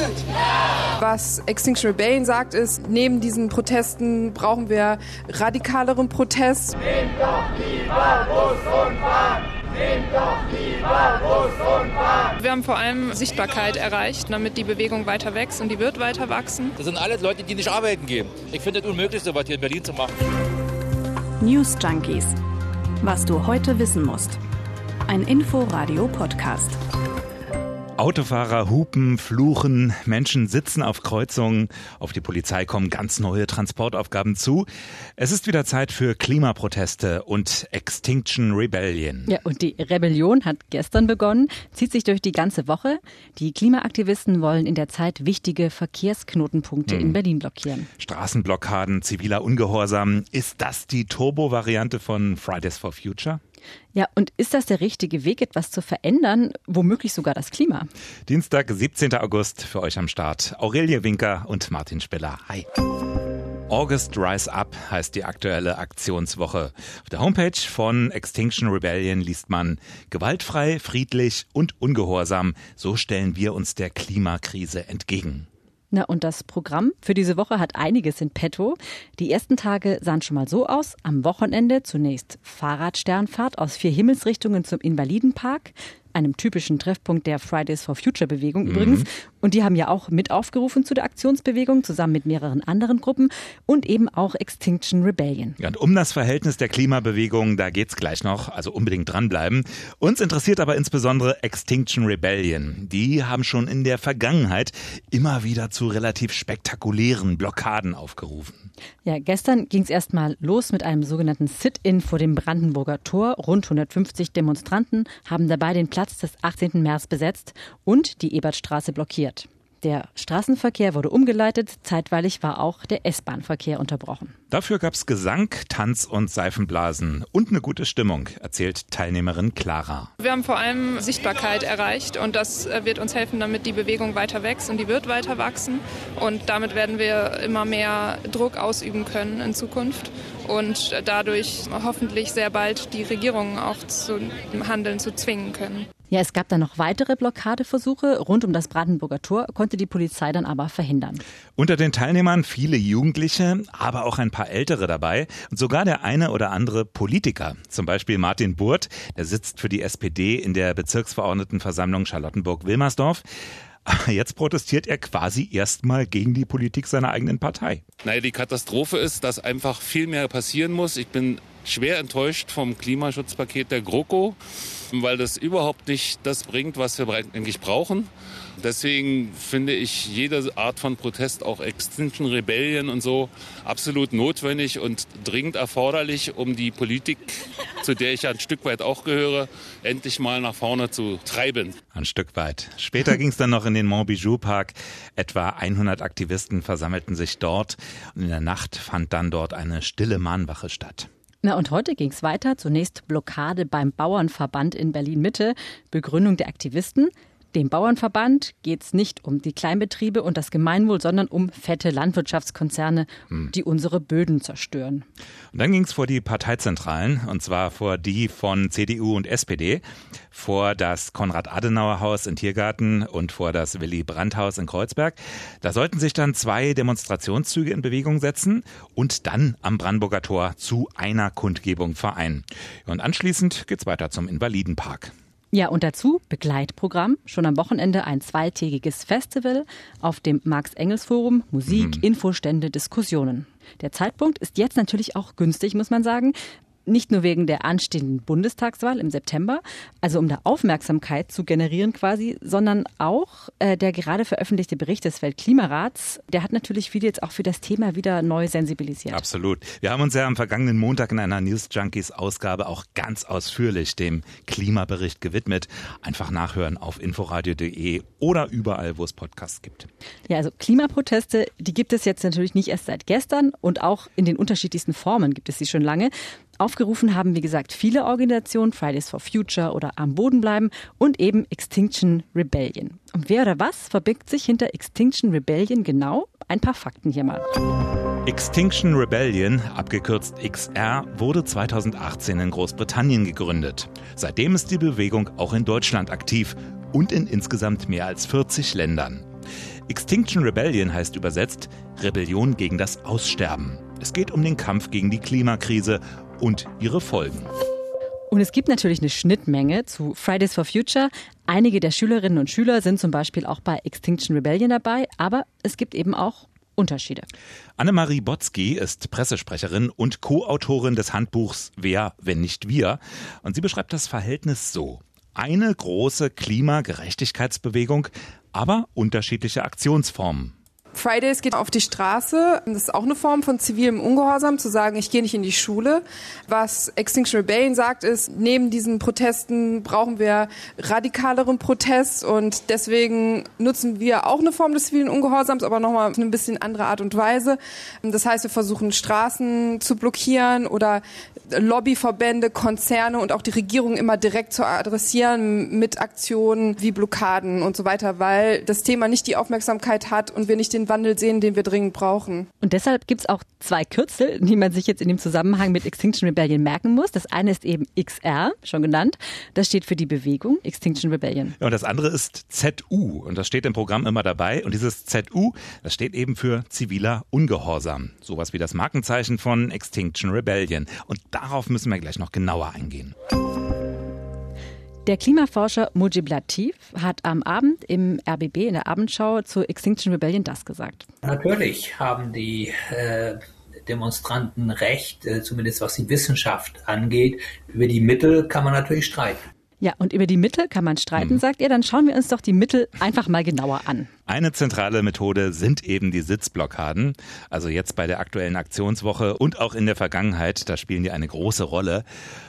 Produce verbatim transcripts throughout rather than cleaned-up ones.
Was Extinction Rebellion sagt, ist, neben diesen Protesten brauchen wir radikaleren Protest. Nehmt doch lieber Bus und Bahn! Nehmt doch lieber Bus und Bahn! Wir haben vor allem Sichtbarkeit erreicht, damit die Bewegung weiter wächst und die wird weiter wachsen. Das sind alles Leute, die nicht arbeiten gehen. Ich finde es unmöglich, so was hier in Berlin zu machen. News Junkies. Was du heute wissen musst. Ein Info-Radio-Podcast. Autofahrer hupen, fluchen, Menschen sitzen auf Kreuzungen, auf die Polizei kommen ganz neue Transportaufgaben zu. Es ist wieder Zeit für Klimaproteste und Extinction Rebellion. Ja, und die Rebellion hat gestern begonnen, zieht sich durch die ganze Woche. Die Klimaaktivisten wollen in der Zeit wichtige Verkehrsknotenpunkte hm. in Berlin blockieren. Straßenblockaden, ziviler Ungehorsam. Ist das die Turbo-Variante von Fridays for Future? Ja, und ist das der richtige Weg, etwas zu verändern, womöglich sogar das Klima? Dienstag, siebzehnten August, für euch am Start. Aurelie Winker und Martin Spiller. Hi. August Rise Up heißt die aktuelle Aktionswoche. Auf der Homepage von Extinction Rebellion liest man: gewaltfrei, friedlich und ungehorsam. So stellen wir uns der Klimakrise entgegen. Na, und das Programm für diese Woche hat einiges in petto. Die ersten Tage sahen schon mal so aus. Am Wochenende zunächst Fahrradsternfahrt aus vier Himmelsrichtungen zum Invalidenpark, einem typischen Treffpunkt der Fridays for Future Bewegung mhm. übrigens. Und die haben ja auch mit aufgerufen zu der Aktionsbewegung, zusammen mit mehreren anderen Gruppen und eben auch Extinction Rebellion. Ja, und um das Verhältnis der Klimabewegung, da geht's gleich noch, also unbedingt dranbleiben. Uns interessiert aber insbesondere Extinction Rebellion. Die haben schon in der Vergangenheit immer wieder zu relativ spektakulären Blockaden aufgerufen. Ja, gestern ging es erst mal los mit einem sogenannten Sit-in vor dem Brandenburger Tor. Rund hundertfünfzig Demonstranten haben dabei den Platz des achtzehnten März besetzt und die Ebertstraße blockiert. Der Straßenverkehr wurde umgeleitet, zeitweilig war auch der S-Bahn-Verkehr unterbrochen. Dafür gab's Gesang, Tanz und Seifenblasen und eine gute Stimmung, erzählt Teilnehmerin Clara. Wir haben vor allem Sichtbarkeit erreicht und das wird uns helfen, damit die Bewegung weiter wächst und die wird weiter wachsen. Und damit werden wir immer mehr Druck ausüben können in Zukunft und dadurch hoffentlich sehr bald die Regierung auch zum Handeln zu zwingen können. Ja, es gab dann noch weitere Blockadeversuche. Rund um das Brandenburger Tor konnte die Polizei dann aber verhindern. Unter den Teilnehmern viele Jugendliche, aber auch ein paar Ältere dabei und sogar der eine oder andere Politiker. Zum Beispiel Martin Burt, der sitzt für die S P D in der Bezirksverordnetenversammlung Charlottenburg-Wilmersdorf. Jetzt protestiert er quasi erstmal gegen die Politik seiner eigenen Partei. Naja, die Katastrophe ist, dass einfach viel mehr passieren muss. Ich bin schwer enttäuscht vom Klimaschutzpaket der GroKo, weil das überhaupt nicht das bringt, was wir eigentlich brauchen. Deswegen finde ich jede Art von Protest, auch Extinction Rebellion und so, absolut notwendig und dringend erforderlich, um die Politik, zu der ich ja ein Stück weit auch gehöre, endlich mal nach vorne zu treiben. Ein Stück weit. Später ging es dann noch in den Montbijou-Park. Etwa hundert Aktivisten versammelten sich dort und in der Nacht fand dann dort eine stille Mahnwache statt. Na und heute ging es weiter. Zunächst Blockade beim Bauernverband in Berlin-Mitte. Begründung der Aktivisten: Dem Bauernverband geht es nicht um die Kleinbetriebe und das Gemeinwohl, sondern um fette Landwirtschaftskonzerne, hm. die unsere Böden zerstören. Und dann ging es vor die Parteizentralen, und zwar vor die von C D U und S P D, vor das Konrad-Adenauer-Haus in Tiergarten und vor das Willy-Brandt-Haus in Kreuzberg. Da sollten sich dann zwei Demonstrationszüge in Bewegung setzen und dann am Brandenburger Tor zu einer Kundgebung vereinen. Und anschließend geht's weiter zum Invalidenpark. Ja, und dazu Begleitprogramm. Schon am Wochenende ein zweitägiges Festival auf dem Marx-Engels-Forum. Musik, mhm. Infostände, Diskussionen. Der Zeitpunkt ist jetzt natürlich auch günstig, muss man sagen. Nicht nur wegen der anstehenden Bundestagswahl im September, also um da Aufmerksamkeit zu generieren quasi, sondern auch äh, der gerade veröffentlichte Bericht des Weltklimarats, der hat natürlich viele jetzt auch für das Thema wieder neu sensibilisiert. Absolut. Wir haben uns ja am vergangenen Montag in einer News Junkies Ausgabe auch ganz ausführlich dem Klimabericht gewidmet. Einfach nachhören auf inforadio punkt de oder überall, wo es Podcasts gibt. Ja, also Klimaproteste, die gibt es jetzt natürlich nicht erst seit gestern und auch in den unterschiedlichsten Formen gibt es sie schon lange. Aufgerufen haben, wie gesagt, viele Organisationen, Fridays for Future oder Am Boden bleiben und eben Extinction Rebellion. Und wer oder was verbirgt sich hinter Extinction Rebellion genau? Ein paar Fakten hier mal. Extinction Rebellion, abgekürzt X R, wurde zweitausendachtzehn in Großbritannien gegründet. Seitdem ist die Bewegung auch in Deutschland aktiv und in insgesamt mehr als vierzig Ländern. Extinction Rebellion heißt übersetzt Rebellion gegen das Aussterben. Es geht um den Kampf gegen die Klimakrise und ihre Folgen. Und es gibt natürlich eine Schnittmenge zu Fridays for Future. Einige der Schülerinnen und Schüler sind zum Beispiel auch bei Extinction Rebellion dabei, aber es gibt eben auch Unterschiede. Annemarie Botzky ist Pressesprecherin und Co-Autorin des Handbuchs Wer, wenn nicht wir. Und sie beschreibt das Verhältnis so. Eine große Klimagerechtigkeitsbewegung, aber unterschiedliche Aktionsformen. Fridays geht auf die Straße. Das ist auch eine Form von zivilem Ungehorsam, zu sagen, ich gehe nicht in die Schule. Was Extinction Rebellion sagt, ist, neben diesen Protesten brauchen wir radikaleren Protest und deswegen nutzen wir auch eine Form des zivilen Ungehorsams, aber nochmal auf eine bisschen andere Art und Weise. Das heißt, wir versuchen Straßen zu blockieren oder Lobbyverbände, Konzerne und auch die Regierung immer direkt zu adressieren mit Aktionen wie Blockaden und so weiter, weil das Thema nicht die Aufmerksamkeit hat und wir nicht den Wandel sehen, den wir dringend brauchen. Und deshalb gibt es auch zwei Kürzel, die man sich jetzt in dem Zusammenhang mit Extinction Rebellion merken muss. Das eine ist eben X R, schon genannt. Das steht für die Bewegung Extinction Rebellion. Ja, und das andere ist Z U und das steht im Programm immer dabei. Und dieses Z U, das steht eben für ziviler Ungehorsam. Sowas wie das Markenzeichen von Extinction Rebellion. Und darauf müssen wir gleich noch genauer eingehen. Der Klimaforscher Mujib Latif hat am Abend im R B B in der Abendschau zu Extinction Rebellion das gesagt. Natürlich haben die äh, Demonstranten recht, äh, zumindest was die Wissenschaft angeht. Über die Mittel kann man natürlich streiten. Ja, und über die Mittel kann man streiten, hm. sagt er. Dann schauen wir uns doch die Mittel einfach mal genauer an. Eine zentrale Methode sind eben die Sitzblockaden. Also jetzt bei der aktuellen Aktionswoche und auch in der Vergangenheit, da spielen die eine große Rolle.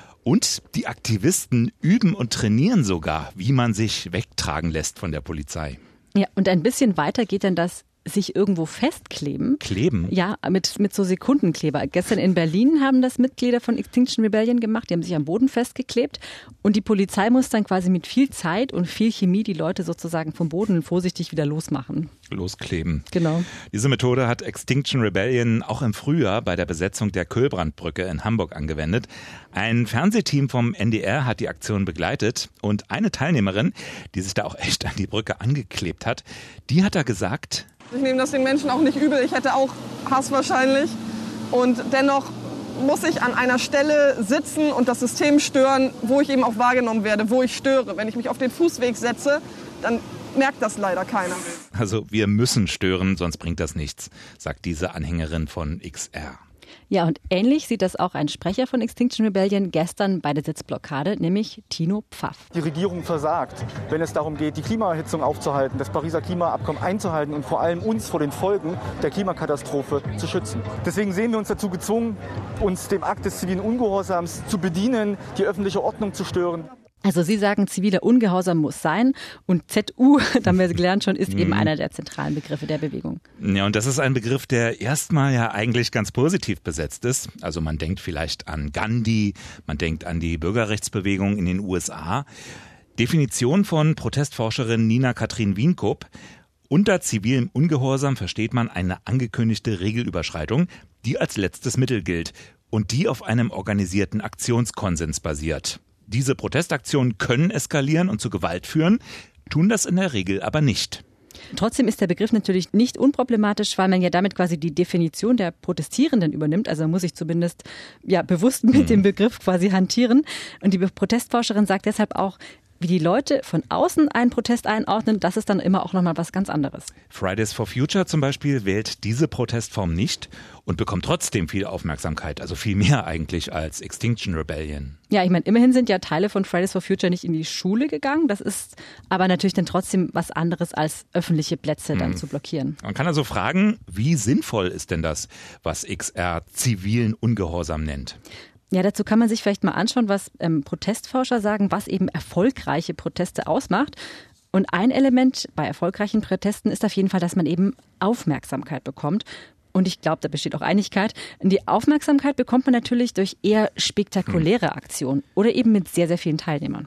Und die Aktivisten üben und trainieren sogar, wie man sich wegtragen lässt von der Polizei. Ja, und ein bisschen weiter geht dann das sich irgendwo festkleben. Kleben? Ja, mit, mit so Sekundenkleber. Gestern in Berlin haben das Mitglieder von Extinction Rebellion gemacht. Die haben sich am Boden festgeklebt. Und die Polizei muss dann quasi mit viel Zeit und viel Chemie die Leute sozusagen vom Boden vorsichtig wieder losmachen. Loskleben. Genau. Diese Methode hat Extinction Rebellion auch im Frühjahr bei der Besetzung der Köhlbrandbrücke in Hamburg angewendet. Ein Fernsehteam vom N D R hat die Aktion begleitet. Und eine Teilnehmerin, die sich da auch echt an die Brücke angeklebt hat, die hat da gesagt: Ich nehme das den Menschen auch nicht übel. Ich hätte auch Hass wahrscheinlich. Und dennoch muss ich an einer Stelle sitzen und das System stören, wo ich eben auch wahrgenommen werde, wo ich störe. Wenn ich mich auf den Fußweg setze, dann merkt das leider keiner. Also wir müssen stören, sonst bringt das nichts, sagt diese Anhängerin von X R. Ja, und ähnlich sieht das auch ein Sprecher von Extinction Rebellion gestern bei der Sitzblockade, nämlich Tino Pfaff. Die Regierung versagt, wenn es darum geht, die Klimaerhitzung aufzuhalten, das Pariser Klimaabkommen einzuhalten und vor allem uns vor den Folgen der Klimakatastrophe zu schützen. Deswegen sehen wir uns dazu gezwungen, uns dem Akt des zivilen Ungehorsams zu bedienen, die öffentliche Ordnung zu stören. Also Sie sagen, ziviler Ungehorsam muss sein und Z U, da haben wir gelernt schon, ist eben einer der zentralen Begriffe der Bewegung. Ja, und das ist ein Begriff, der erstmal ja eigentlich ganz positiv besetzt ist. Also man denkt vielleicht an Gandhi, man denkt an die Bürgerrechtsbewegung in den U S A. Definition von Protestforscherin Nina Katrin Wienkup: Unter zivilem Ungehorsam versteht man eine angekündigte Regelüberschreitung, die als letztes Mittel gilt und die auf einem organisierten Aktionskonsens basiert. Diese Protestaktionen können eskalieren und zu Gewalt führen, tun das in der Regel aber nicht. Trotzdem ist der Begriff natürlich nicht unproblematisch, weil man ja damit quasi die Definition der Protestierenden übernimmt. Also man muss sich zumindest ja bewusst mit dem Begriff quasi hantieren. Und die Protestforscherin sagt deshalb auch, wie die Leute von außen einen Protest einordnen, das ist dann immer auch nochmal was ganz anderes. Fridays for Future zum Beispiel wählt diese Protestform nicht und bekommt trotzdem viel Aufmerksamkeit, also viel mehr eigentlich als Extinction Rebellion. Ja, ich meine, immerhin sind ja Teile von Fridays for Future nicht in die Schule gegangen. Das ist aber natürlich dann trotzdem was anderes, als öffentliche Plätze dann hm. zu blockieren. Man kann also fragen, wie sinnvoll ist denn das, was X R zivilen Ungehorsam nennt? Ja, dazu kann man sich vielleicht mal anschauen, was ähm, Protestforscher sagen, was eben erfolgreiche Proteste ausmacht. Und ein Element bei erfolgreichen Protesten ist auf jeden Fall, dass man eben Aufmerksamkeit bekommt. Und ich glaube, da besteht auch Einigkeit. Die Aufmerksamkeit bekommt man natürlich durch eher spektakuläre Aktionen oder eben mit sehr, sehr vielen Teilnehmern.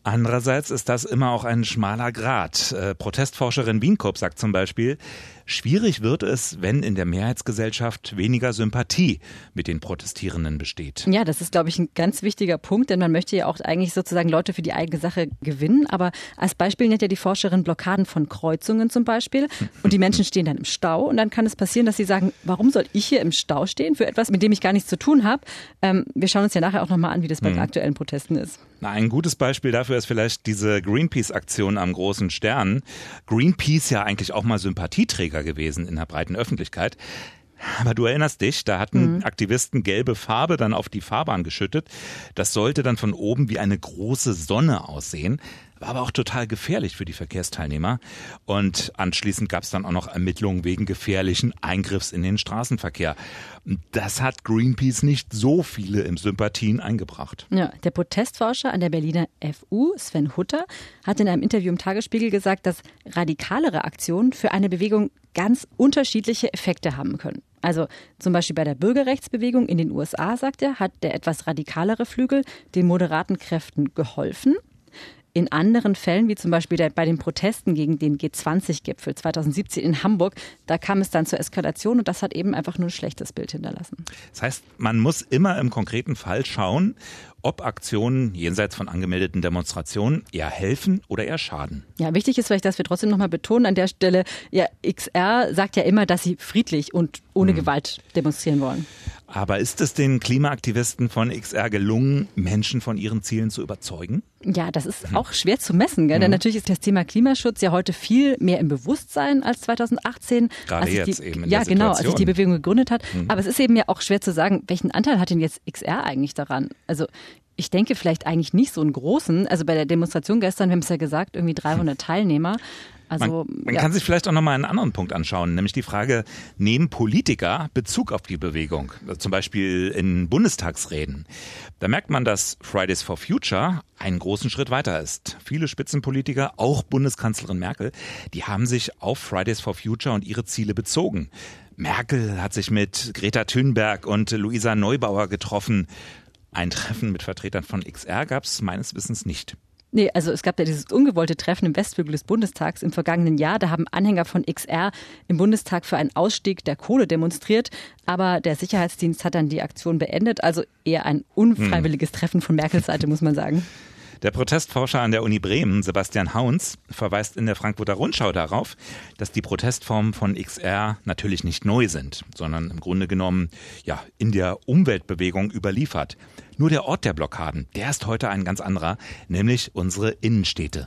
Andererseits ist das immer auch ein schmaler Grat. Äh, Protestforscherin Wienkopp sagt zum Beispiel, schwierig wird es, wenn in der Mehrheitsgesellschaft weniger Sympathie mit den Protestierenden besteht. Ja, das ist, glaube ich, ein ganz wichtiger Punkt, denn man möchte ja auch eigentlich sozusagen Leute für die eigene Sache gewinnen. Aber als Beispiel nennt ja die Forscherin Blockaden von Kreuzungen zum Beispiel. Und die Menschen stehen dann im Stau. Und dann kann es passieren, dass sie sagen, warum soll ich hier im Stau stehen für etwas, mit dem ich gar nichts zu tun habe? Ähm, wir schauen uns ja nachher auch nochmal an, wie das bei den aktuellen Protesten ist. Na, ein gutes Beispiel dafür ist vielleicht diese Greenpeace-Aktion am Großen Stern. Greenpeace ja eigentlich auch mal Sympathieträger gewesen in der breiten Öffentlichkeit. Aber du erinnerst dich, da hatten mhm. Aktivisten gelbe Farbe dann auf die Fahrbahn geschüttet. Das sollte dann von oben wie eine große Sonne aussehen. War aber auch total gefährlich für die Verkehrsteilnehmer. Und anschließend gab es dann auch noch Ermittlungen wegen gefährlichen Eingriffs in den Straßenverkehr. Das hat Greenpeace nicht so viele im Sympathien eingebracht. Ja, der Protestforscher an der Berliner F U, Sven Hutter, hat in einem Interview im Tagesspiegel gesagt, dass radikalere Aktionen für eine Bewegung ganz unterschiedliche Effekte haben können. Also zum Beispiel bei der Bürgerrechtsbewegung in den U S A, sagt er, hat der etwas radikalere Flügel den moderaten Kräften geholfen. In anderen Fällen, wie zum Beispiel bei den Protesten gegen den G zwanzig Gipfel zweitausendsiebzehn in Hamburg, da kam es dann zur Eskalation und das hat eben einfach nur ein schlechtes Bild hinterlassen. Das heißt, man muss immer im konkreten Fall schauen, ob Aktionen jenseits von angemeldeten Demonstrationen eher helfen oder eher schaden. Ja, wichtig ist vielleicht, dass wir trotzdem nochmal betonen an der Stelle, ja, X R sagt ja immer, dass sie friedlich und ohne hm. Gewalt demonstrieren wollen. Aber ist es den Klimaaktivisten von X R gelungen, Menschen von ihren Zielen zu überzeugen? Ja, das ist auch schwer zu messen, gell? Mhm. Denn natürlich ist das Thema Klimaschutz ja heute viel mehr im Bewusstsein als zweitausendachtzehn. Gerade als jetzt die, eben in ja, der genau, Situation. als sich die Bewegung gegründet hat. Mhm. Aber es ist eben ja auch schwer zu sagen, welchen Anteil hat denn jetzt X R eigentlich daran? Also ich denke vielleicht eigentlich nicht so einen großen. Also bei der Demonstration gestern, wir haben es ja gesagt, irgendwie dreihundert Teilnehmer. Also, man man ja. kann sich vielleicht auch nochmal einen anderen Punkt anschauen, nämlich die Frage, nehmen Politiker Bezug auf die Bewegung? Also zum Beispiel in Bundestagsreden. Da merkt man, dass Fridays for Future einen großen Schritt weiter ist. Viele Spitzenpolitiker, auch Bundeskanzlerin Merkel, die haben sich auf Fridays for Future und ihre Ziele bezogen. Merkel hat sich mit Greta Thunberg und Luisa Neubauer getroffen. Ein Treffen mit Vertretern von X R gab es meines Wissens nicht. Nee, also es gab ja dieses ungewollte Treffen im Westflügel des Bundestags im vergangenen Jahr. Da haben Anhänger von X R im Bundestag für einen Ausstieg der Kohle demonstriert. Aber der Sicherheitsdienst hat dann die Aktion beendet. Also eher ein unfreiwilliges hm. Treffen von Merkels Seite, muss man sagen. Der Protestforscher an der Uni Bremen, Sebastian Hauns, verweist in der Frankfurter Rundschau darauf, dass die Protestformen von X R natürlich nicht neu sind, sondern im Grunde genommen ja in der Umweltbewegung überliefert. Nur der Ort der Blockaden, der ist heute ein ganz anderer, nämlich unsere Innenstädte.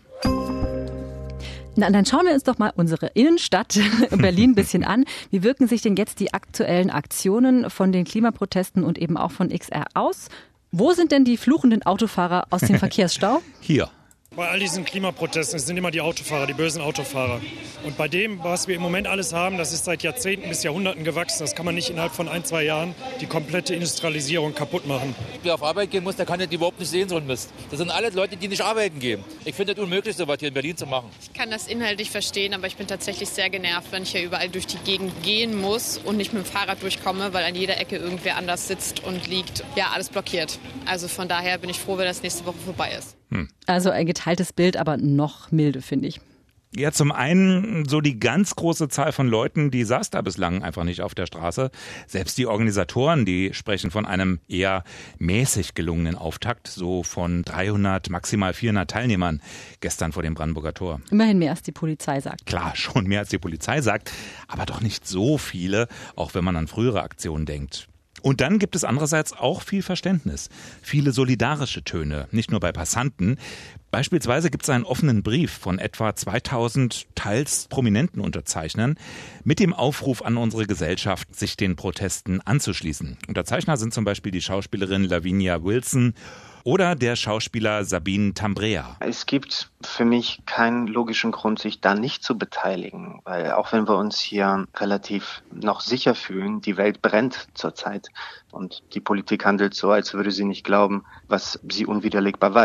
Na, dann schauen wir uns doch mal unsere Innenstadt Berlin ein bisschen an. Wie wirken sich denn jetzt die aktuellen Aktionen von den Klimaprotesten und eben auch von X R aus? Wo sind denn die fluchenden Autofahrer aus dem Verkehrsstau? Hier. Bei all diesen Klimaprotesten sind immer die Autofahrer, die bösen Autofahrer. Und bei dem, was wir im Moment alles haben, das ist seit Jahrzehnten bis Jahrhunderten gewachsen. Das kann man nicht innerhalb von ein, zwei Jahren die komplette Industrialisierung kaputt machen. Wer auf Arbeit gehen muss, der kann das überhaupt nicht sehen, so ein Mist. Das sind alle Leute, die nicht arbeiten gehen. Ich finde es unmöglich, so was hier in Berlin zu machen. Ich kann das inhaltlich verstehen, aber ich bin tatsächlich sehr genervt, wenn ich hier überall durch die Gegend gehen muss und nicht mit dem Fahrrad durchkomme, weil an jeder Ecke irgendwer anders sitzt und liegt. Ja, alles blockiert. Also von daher bin ich froh, wenn das nächste Woche vorbei ist. Hm. Also ein geteiltes Bild, aber noch milde, finde ich. Ja, zum einen so die ganz große Zahl von Leuten, die saß da bislang einfach nicht auf der Straße. Selbst die Organisatoren, die sprechen von einem eher mäßig gelungenen Auftakt, so von dreihundert, maximal vierhundert Teilnehmern gestern vor dem Brandenburger Tor. Immerhin mehr als die Polizei sagt. Klar, schon mehr als die Polizei sagt, aber doch nicht so viele, auch wenn man an frühere Aktionen denkt. Und dann gibt es andererseits auch viel Verständnis, viele solidarische Töne, nicht nur bei Passanten. Beispielsweise gibt es einen offenen Brief von etwa zweitausend teils prominenten Unterzeichnern mit dem Aufruf an unsere Gesellschaft, sich den Protesten anzuschließen. Unterzeichner sind zum Beispiel die Schauspielerin Lavinia Wilson oder der Schauspieler Sabine Tambrea. Es gibt für mich keinen logischen Grund, sich da nicht zu beteiligen, weil auch wenn wir uns hier relativ noch sicher fühlen, die Welt brennt zurzeit und die Politik handelt so, als würde sie nicht glauben, was sie unwiderlegbar weiß.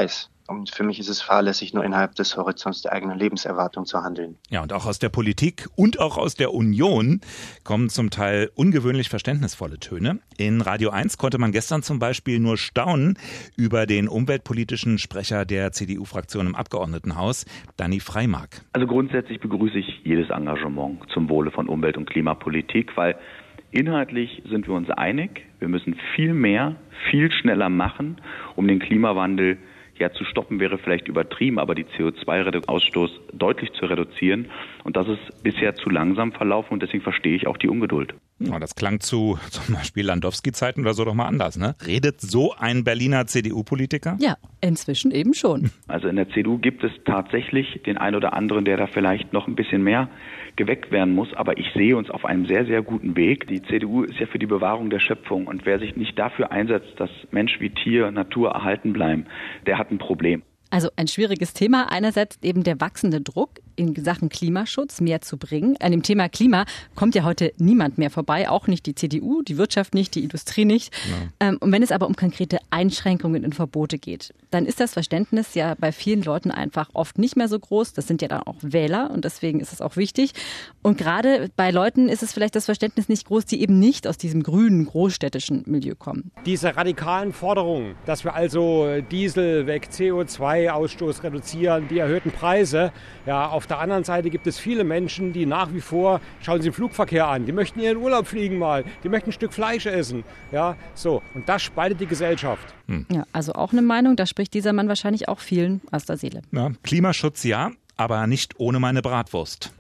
Und für mich ist es fahrlässig, nur innerhalb des Horizonts der eigenen Lebenserwartung zu handeln. Ja, und auch aus der Politik und auch aus der Union kommen zum Teil ungewöhnlich verständnisvolle Töne. In Radio eins konnte man gestern zum Beispiel nur staunen über den umweltpolitischen Sprecher der C D U-Fraktion im Abgeordnetenhaus, Dani Freimark. Also grundsätzlich begrüße ich jedes Engagement zum Wohle von Umwelt- und Klimapolitik, weil inhaltlich sind wir uns einig, wir müssen viel mehr, viel schneller machen, um den Klimawandel ja zu stoppen wäre vielleicht übertrieben, aber die C O zwei Ausstoß deutlich zu reduzieren. Und das ist bisher zu langsam verlaufen und deswegen verstehe ich auch die Ungeduld. Ja, das klang zu zum Beispiel Landowski-Zeiten oder so doch mal anders, ne? Redet so ein Berliner C D U-Politiker? Ja, inzwischen eben schon. Also in der C D U gibt es tatsächlich den einen oder anderen, der da vielleicht noch ein bisschen mehr geweckt werden muss. Aber ich sehe uns auf einem sehr, sehr guten Weg. Die C D U ist ja für die Bewahrung der Schöpfung. Und wer sich nicht dafür einsetzt, dass Mensch wie Tier, Natur erhalten bleiben, der hat ein Problem. Also ein schwieriges Thema. Einerseits eben der wachsende Druck in Sachen Klimaschutz mehr zu bringen. An dem Thema Klima kommt ja heute niemand mehr vorbei, auch nicht die C D U, die Wirtschaft nicht, die Industrie nicht. Ja. Ähm, und wenn es aber um konkrete Einschränkungen und Verbote geht, dann ist das Verständnis ja bei vielen Leuten einfach oft nicht mehr so groß. Das sind ja dann auch Wähler und deswegen ist es auch wichtig. Und gerade bei Leuten ist es vielleicht das Verständnis nicht groß, die eben nicht aus diesem grünen, großstädtischen Milieu kommen. Diese radikalen Forderungen, dass wir also Diesel weg, C O zwei Ausstoß reduzieren, die erhöhten Preise. Ja, auf der anderen Seite gibt es viele Menschen, die nach wie vor, schauen Sie den Flugverkehr an, die möchten ihren Urlaub fliegen mal, die möchten ein Stück Fleisch essen. Ja, so. Und das spaltet die Gesellschaft. Hm. Ja, also auch eine Meinung, da spricht dieser Mann wahrscheinlich auch vielen aus der Seele. Ja, Klimaschutz ja, aber nicht ohne meine Bratwurst.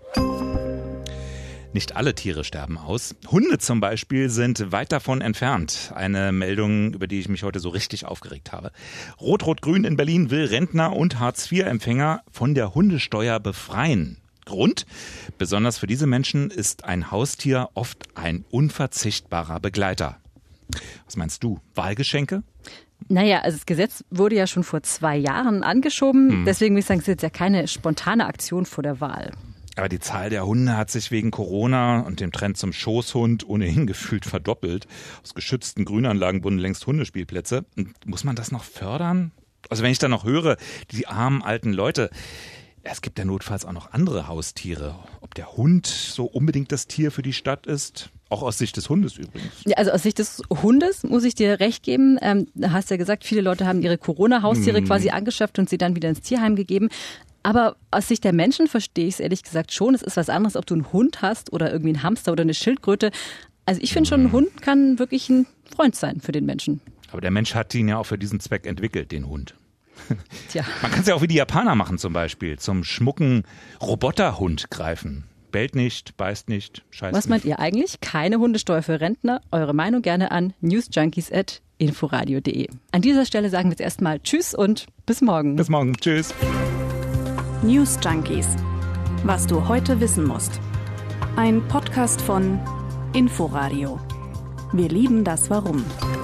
Nicht alle Tiere sterben aus. Hunde zum Beispiel sind weit davon entfernt. Eine Meldung, über die ich mich heute so richtig aufgeregt habe. Rot-Rot-Grün in Berlin will Rentner und Hartz vier Empfänger von der Hundesteuer befreien. Grund? Besonders für diese Menschen ist ein Haustier oft ein unverzichtbarer Begleiter. Was meinst du? Wahlgeschenke? Naja, also das Gesetz wurde ja schon vor zwei Jahren angeschoben. Hm. Deswegen würde ich sagen, es ist jetzt ja keine spontane Aktion vor der Wahl. Aber die Zahl der Hunde hat sich wegen Corona und dem Trend zum Schoßhund ohnehin gefühlt verdoppelt. Aus geschützten Grünanlagen wurden längst Hundespielplätze. Und muss man das noch fördern? Also wenn ich da noch höre, die armen alten Leute, es gibt ja notfalls auch noch andere Haustiere. Ob der Hund so unbedingt das Tier für die Stadt ist? Auch aus Sicht des Hundes übrigens. Ja, also aus Sicht des Hundes muss ich dir recht geben. Ähm, du hast ja gesagt, viele Leute haben ihre Corona-Haustiere hm. quasi angeschafft und sie dann wieder ins Tierheim gegeben. Aber aus Sicht der Menschen verstehe ich es ehrlich gesagt schon. Es ist was anderes, ob du einen Hund hast oder irgendwie einen Hamster oder eine Schildkröte. Also ich finde schon, ein Hund kann wirklich ein Freund sein für den Menschen. Aber der Mensch hat ihn ja auch für diesen Zweck entwickelt, den Hund. Tja. Man kann es ja auch wie die Japaner machen zum Beispiel. Zum schmucken Roboterhund greifen. Bellt nicht, beißt nicht, scheißt Was meint nicht. ihr eigentlich? Keine Hundesteuer für Rentner? Eure Meinung gerne an newsjunkies at inforadio punkt de. An dieser Stelle sagen wir jetzt erstmal Tschüss und bis morgen. Bis morgen. Tschüss. News Junkies. Was du heute wissen musst. Ein Podcast von Inforadio. Wir lieben das Warum.